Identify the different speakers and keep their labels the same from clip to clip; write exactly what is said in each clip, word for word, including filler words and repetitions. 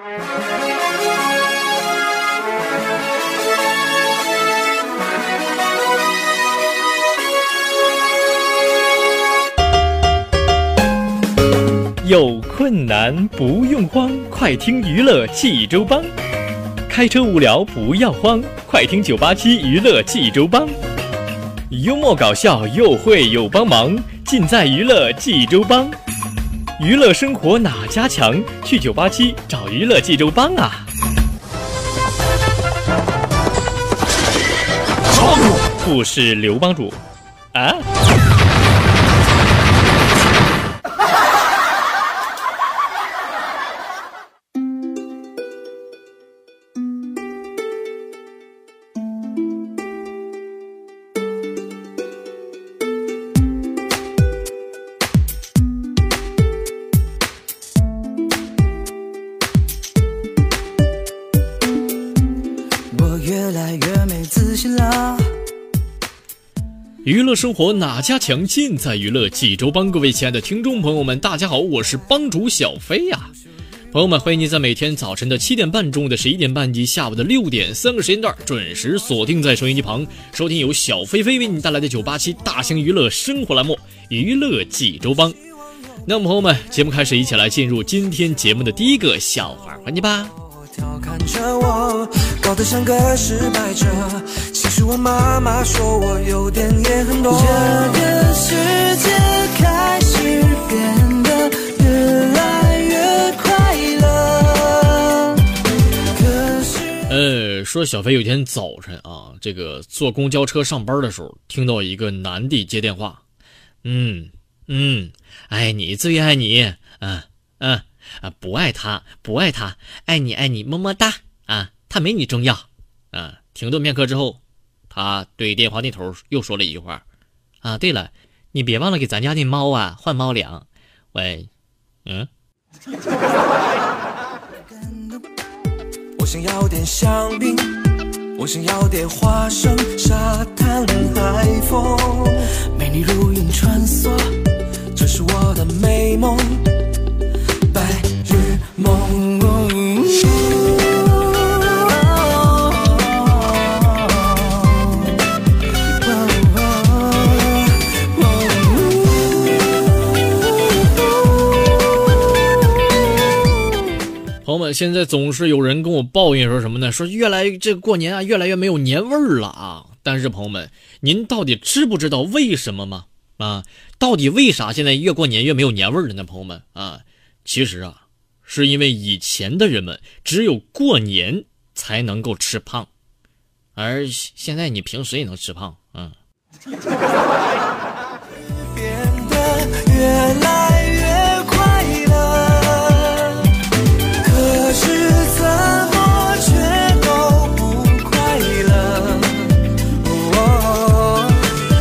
Speaker 1: 有困难不用慌，快听娱乐济州帮。开车无聊不要慌，快听九八七娱乐济州帮。幽默搞笑又会有帮忙，尽在娱乐济州帮。娱乐生活哪家强？去九八七找娱乐济州帮啊！不是刘帮主啊。娱乐生活哪家强？尽在娱乐济州帮。各位亲爱的听众朋友们，大家好，我是帮主小飞呀、啊。朋友们，欢迎您在每天早晨的七点半、中午的十一点半及下午的六点三个时间段准时锁定在收音机旁，收听由小飞飞为你带来的九八七大型娱乐生活栏目《娱乐济州帮》。那么，朋友们，节目开始，一起来进入今天节目的第一个笑话环节吧。
Speaker 2: 调侃着我，搞得像个失败者。其实我妈妈说我有点也很多。这个世界开始变得越来越快乐。可是，
Speaker 1: 呃，说小飞有一天早晨啊，这个坐公交车上班的时候，听到一个男的接电话，嗯嗯，爱你最爱你，嗯嗯。啊，不爱他，不爱他，爱你爱你，么么哒啊！他没你重要啊！停顿片刻之后，他对电话那头又说了一句话啊，对了，你别忘了给咱家的猫啊换猫粮。喂，嗯。
Speaker 2: 我想要点香槟，我想要点花生，沙滩海风，美女如云穿梭，这是我的美梦。白日梦，
Speaker 1: 朋友们，现在总是有人跟我抱怨说什么呢？说越来这过年啊，越来越没有年味儿了啊！但是朋友们，您到底知不知道为什么吗？啊，到底为啥现在越过年越没有年味儿了呢？朋友们啊！其实啊，是因为以前的人们只有过年才能够吃胖，而现在你平时也能吃胖，嗯。
Speaker 2: 变得越来越快乐，可是怎么却都不快乐。哦，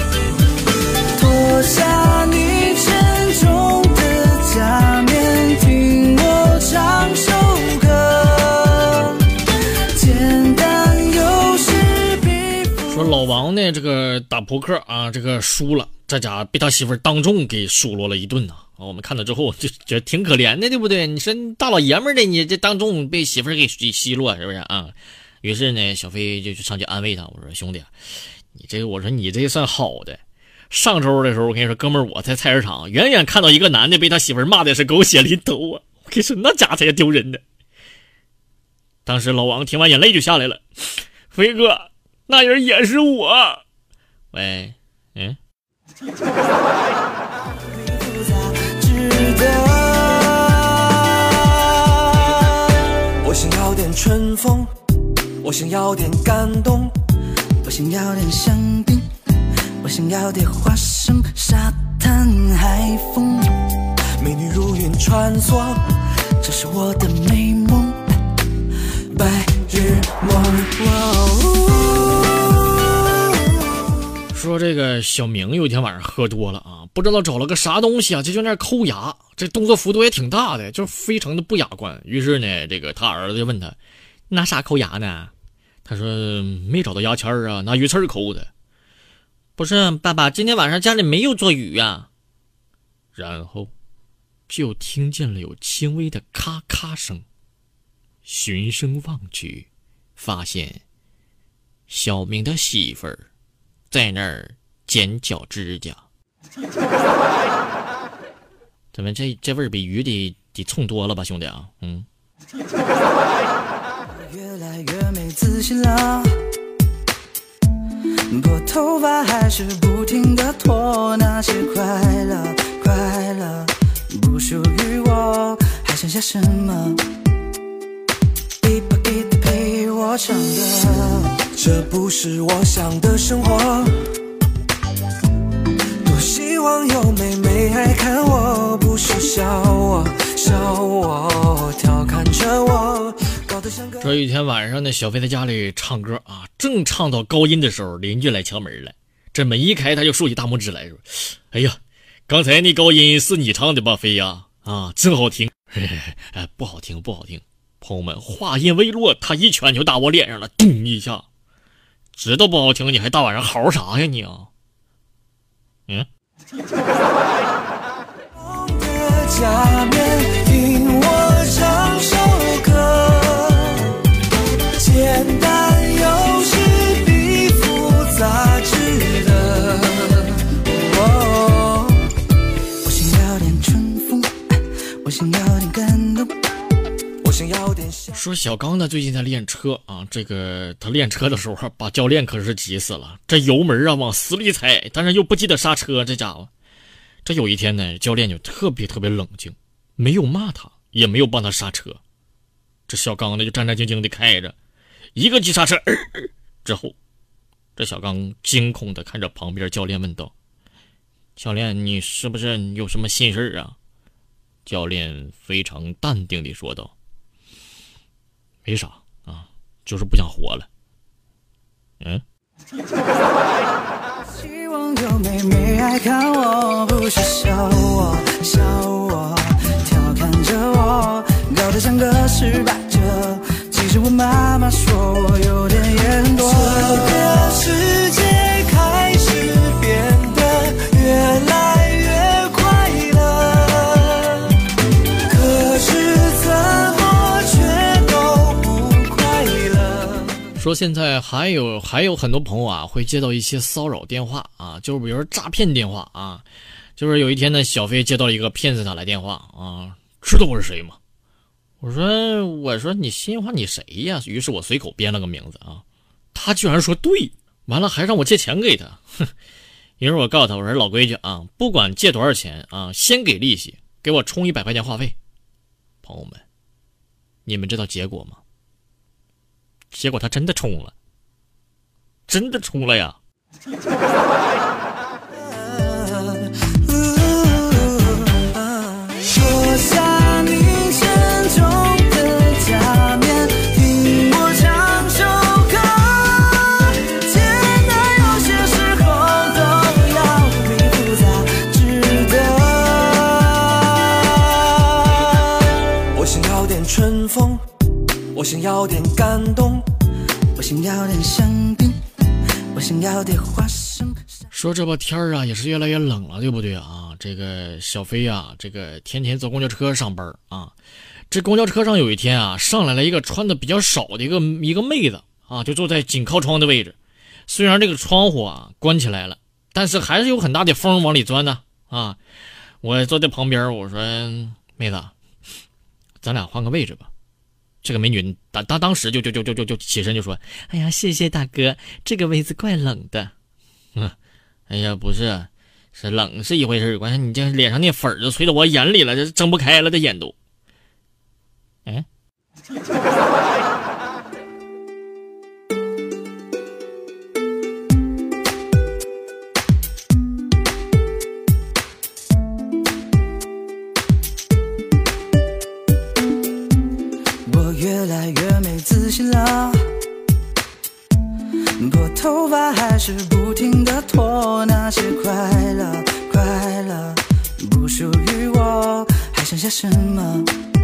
Speaker 2: 脱下你沉重的假面。唱首歌，简单又是比
Speaker 1: 说老王呢，这个打扑克啊，这个输了，这家被他媳妇当众给数落了一顿呐、啊。我们看到之后就觉得挺可怜的，对不对？你说大老爷们儿的，你这当众被媳妇给奚落，是不是啊？于是呢，小飞就上去安慰他，我说兄弟，你这个，我说你这算好的。上周的时候，我跟你说，哥们儿，我在菜市场远远看到一个男的被他媳妇骂的是狗血淋头啊。我跟你说，那家才丢人的。当时老王听完眼泪就下来了，飞哥，那人也是我。喂，嗯。
Speaker 2: 我想要点春风，我想要点感动，我想要点香槟，我想要点花生，沙滩海风，美女如云穿梭，这是我的美梦，白日梦。
Speaker 1: 说这个小明有一天晚上喝多了啊，不知道找了个啥东西啊，就在那抠牙，这动作幅度也挺大的，就非常的不雅观。于是呢，这个他儿子就问他，拿啥抠牙呢？他说没找到牙签啊，拿鱼刺抠的。不是爸爸，今天晚上家里没有做鱼啊。然后就听见了有轻微的咔咔声， 循声望去，发现小明的媳妇儿在那儿剪脚指甲。怎么这这味儿比鱼得得冲多了吧，兄弟啊？嗯。
Speaker 2: 越来越没自信了，拨头发还是不停地拖，那些快乐快乐不属于我，还剩下什么？一把吉他陪我唱歌，这不是我想的生活。多希望有妹妹爱看我，不是笑我笑我调侃着我。
Speaker 1: 这一天晚上呢，小飞在家里唱歌啊，正唱到高音的时候，邻居来敲门了。这门一开，他就竖起大拇指来说：“哎呀，刚才那高音是你唱的吧，飞呀？啊，真好听。嘿嘿嘿，哎，不好听，不好听。”朋友们，话音未落，他一拳就打我脸上了，咚一下。知道不好听，你还大晚上嚎啥呀你啊？嗯。
Speaker 2: 假面听我唱首歌，简单又是比复杂值得。哦，我想要点春风，我想要点感动，我想要点。
Speaker 1: 说小刚呢，最近在练车啊，这个他练车的时候把教练可是急死了，这油门啊往死里踩，但是又不记得刹车，这家伙。这有一天呢，教练就特别特别冷静，没有骂他，也没有帮他刹车。这小刚呢就战战兢兢地开着，一个急刹车、呃呃、之后，这小刚惊恐地看着旁边教练问道：“教练，你是不是有什么心事啊？”教练非常淡定地说道：“没啥啊，就是不想活了。”嗯。
Speaker 2: 希望有妹妹爱看我，不是笑我笑我调侃着我，搞得像个失败者。其实我妈妈说我有点也很多。这个世界开始变得越来越快乐，可是怎么却都不快乐。
Speaker 1: 说现在还有还有很多朋友啊，会接到一些骚扰电话啊，就是比如说诈骗电话啊。就是有一天呢，小飞接到了一个骗子打来电话啊，知道我是谁吗？我说我说你心话你谁呀？于是我随口编了个名字啊，他居然说对，完了还让我借钱给他。哼，于是我告诉他，我说老规矩啊，不管借多少钱啊，先给利息，给我充一百块钱话费。朋友们，你们知道结果吗？结果他真的充了，真的充了呀！
Speaker 2: 脱下你沉重的假面，听我唱首歌，简单有些时候都要比复杂值得。我想要点春风，我想要点感动，我想要点香槟，我想要点花生。
Speaker 1: 说这不天儿啊，也是越来越冷了，对不对啊？这个小飞啊，这个天天坐公交车上班啊。这公交车上有一天啊，上来了一个穿的比较少的一个一个妹子啊，就坐在紧靠窗的位置。虽然这个窗户啊关起来了，但是还是有很大的风往里钻呢啊。我坐在旁边，我说妹子，咱俩换个位置吧。这个美女当当当时就就就就就就起身就说：“哎呀，谢谢大哥，这个位子怪冷的。”嗯，哎呀，不是，是冷是一回事，关键你这脸上那粉儿就吹到我眼里了，这睁不开了，这眼都。哎。
Speaker 2: 我越来越没自信了，拨头发还是不停地拖，那些快乐快乐不属于我，还剩下什么？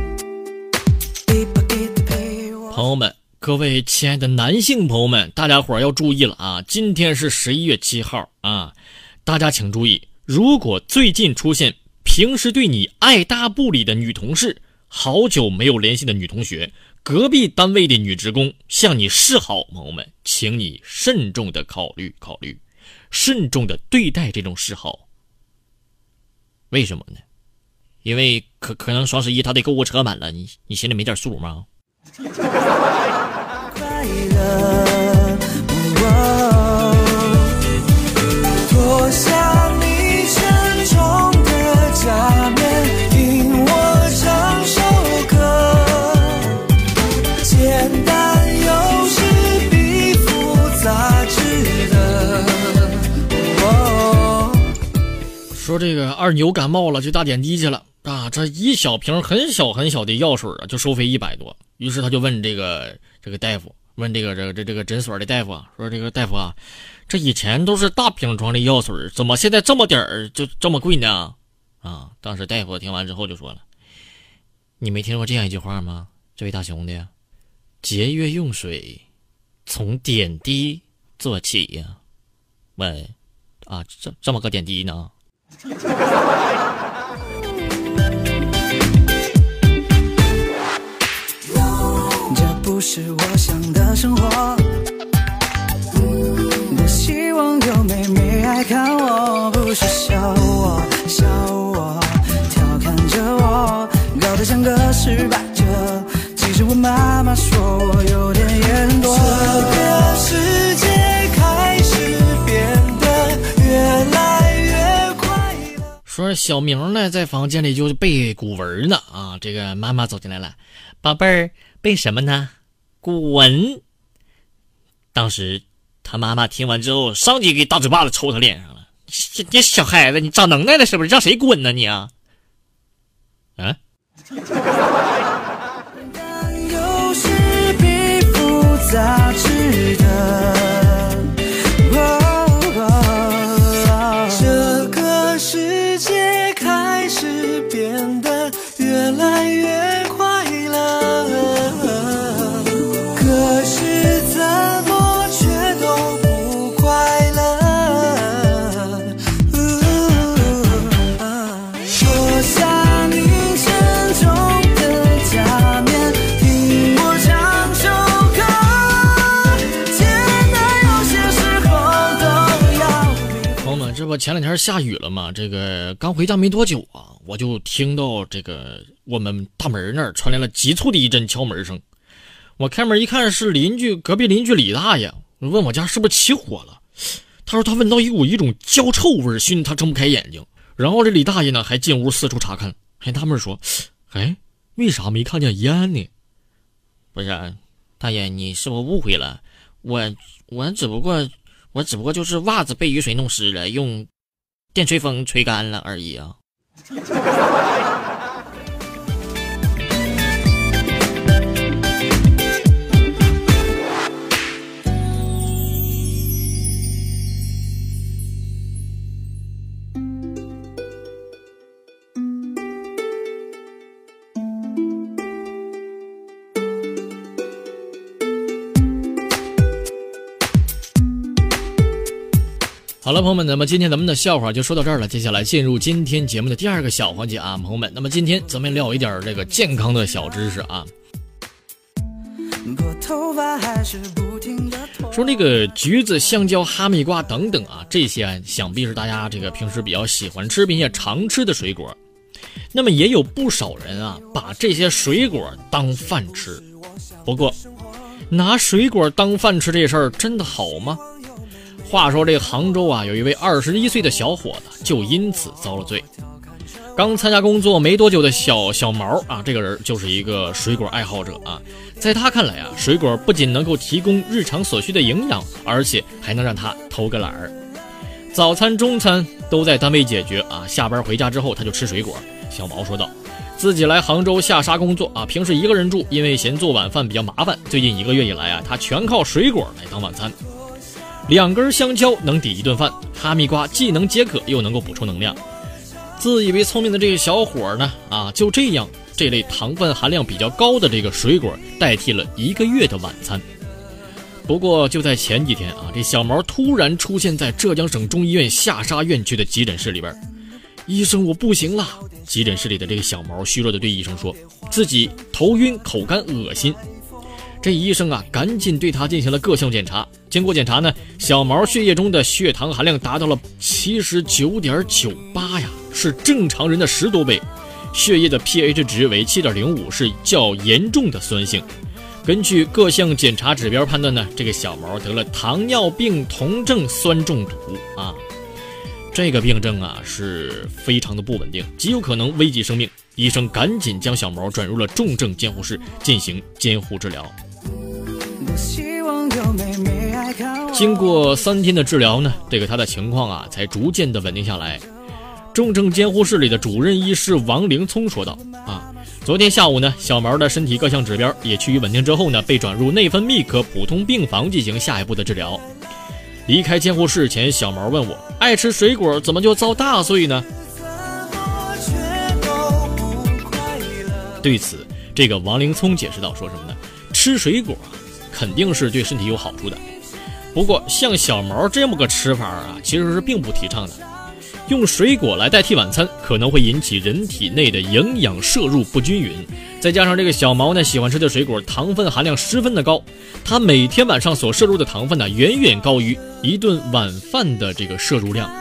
Speaker 1: 朋友们，各位亲爱的男性朋友们，大家伙儿要注意了啊！今天是十一月七号啊，大家请注意，如果最近出现平时对你爱答不理的女同事，好久没有联系的女同学， 隔壁单位的女职工向你示好，朋友们，请你慎重的考虑考虑，慎重的对待这种示好。为什么呢？因为可可能双十一他的购物车满了，你你心里没点数吗？
Speaker 2: 快乐，脱下你沉重的假面，听我唱首歌，简单又是比复杂值得。
Speaker 1: 说这个二牛感冒了就打点滴去了啊，这一小瓶很小很小的药水啊，就收费一百多。于是他就问这个这个大夫，问这个这个这这个诊所的大夫啊，说这个大夫啊，这以前都是大瓶装的药水，怎么现在这么点儿就这么贵呢？啊，当时大夫听完之后就说了，你没听过这样一句话吗？这位大兄弟，节约用水，从点滴做起呀。喂，啊，这这么个点滴呢？
Speaker 2: 这不是我想的生活，的希望有妹妹爱看我，不是笑我笑我调侃着我，搞得像个失败者。其实我妈妈说我有点言多，这个世界开始变得越来越快乐。
Speaker 1: 说小明呢在房间里就背古文呢啊，这个妈妈走进来了，宝贝儿背什么呢？古文。当时他妈妈听完之后上去给大嘴巴子抽他脸上了，你你小孩子你长能耐了是不是？让谁滚呢你啊？啊？
Speaker 2: 又是比复杂值得。这个世界开始变得越来越快乐，可是怎么却都不快乐。脱下你沉重的假面，听我唱首歌，简单有些时候都要比。
Speaker 1: 朋友们，这不前两天下雨了吗？这个刚回家没多久啊，我就听到这个我们大门那儿传来了急促的一阵敲门声。我开门一看是邻居，隔壁邻居李大爷，问我家是不是起火了。他说他闻到一股一种焦臭味，熏他睁不开眼睛。然后这李大爷呢还进屋四处查看，还纳闷说，哎，为啥没看见烟呢？不是、啊、大爷，你是不是误会了？我我只不过我只不过就是袜子被雨水弄湿了，用电吹风吹干了而已啊。好了，朋友们，那么今天咱们的笑话就说到这儿了。接下来进入今天节目的第二个小环节啊，朋友们，那么今天咱们聊一点这个健康的小知识啊。说这个橘子、香蕉、哈密瓜等等啊，这些啊想必是大家这个平时比较喜欢吃并且常吃的水果。那么也有不少人啊把这些水果当饭吃。不过拿水果当饭吃这事儿真的好吗？话说这个杭州啊，有一位二十一岁的小伙子就因此遭了罪。刚参加工作没多久的小小毛啊，这个人就是一个水果爱好者啊。在他看来啊，水果不仅能够提供日常所需的营养，而且还能让他偷个懒儿。早餐、中餐都在单位解决啊，下班回家之后他就吃水果。小毛说道，自己来杭州下沙工作啊，平时一个人住，因为嫌做晚饭比较麻烦，最近一个月以来啊，他全靠水果来当晚餐。两根香蕉能抵一顿饭，哈密瓜既能解渴又能够补充能量。自以为聪明的这个小伙呢，啊，就这样，这类糖分含量比较高的这个水果代替了一个月的晚餐。不过就在前几天啊，这小毛突然出现在浙江省中医院下沙院区的急诊室里边。 医生，我不行了。急诊室里的这个小毛虚弱的对医生说，自己头晕、口干、恶心。这医生啊，赶紧对他进行了各项检查。经过检查呢，小毛血液中的血糖含量达到了 七十九点九八 呀，是正常人的十多倍。血液的 pH 值为 七点零五， 是较严重的酸性。根据各项检查指标判断呢，这个小毛得了糖尿病酮症酸中毒啊。这个病症啊是非常的不稳定，极有可能危及生命。医生赶紧将小毛转入了重症监护室进行监护治疗。经过三天的治疗呢，这个他的情况啊才逐渐的稳定下来。重症监护室里的主任医师王灵聪说道啊，昨天下午呢，小毛的身体各项指标也趋于稳定之后呢，被转入内分泌科普通病房进行下一步的治疗。离开监护室前，小毛问我，爱吃水果怎么就遭大罪呢？对此，这个王灵聪解释道，说什么呢？吃水果啊，肯定是对身体有好处的。不过像小毛这么个吃法啊，其实是并不提倡的。用水果来代替晚餐，可能会引起人体内的营养摄入不均匀。再加上这个小毛呢，喜欢吃的水果糖分含量十分的高，他每天晚上所摄入的糖分呢，远远高于一顿晚饭的这个摄入量。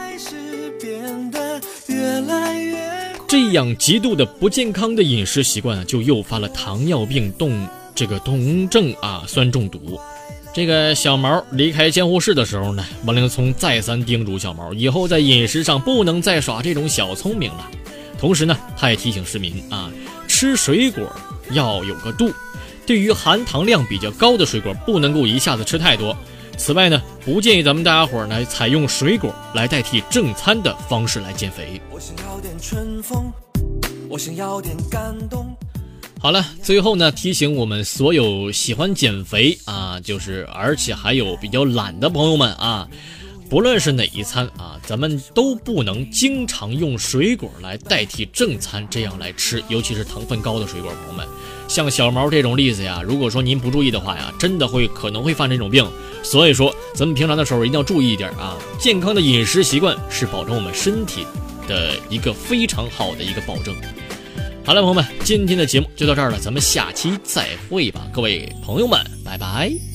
Speaker 1: 这样极度的不健康的饮食习惯啊，就诱发了糖尿病动这个酮症啊酸中毒。这个小毛离开监护室的时候呢，王灵聪再三叮嘱小毛以后在饮食上不能再耍这种小聪明了。同时呢，他也提醒市民啊，吃水果要有个度，对于含糖量比较高的水果不能够一下子吃太多。此外呢，不建议咱们大家伙呢采用水果来代替正餐的方式来减肥。我想要点春风，我想要点感动。好了，最后呢，提醒我们所有喜欢减肥啊，就是而且还有比较懒的朋友们啊，不论是哪一餐啊，咱们都不能经常用水果来代替正餐这样来吃，尤其是糖分高的水果，朋友们，像小毛这种例子呀，如果说您不注意的话呀，真的会可能会犯这种病。所以说咱们平常的时候一定要注意一点啊，健康的饮食习惯是保证我们身体的一个非常好的一个保证。好了，朋友们，今天的节目就到这儿了，咱们下期再会吧，各位朋友们，拜拜。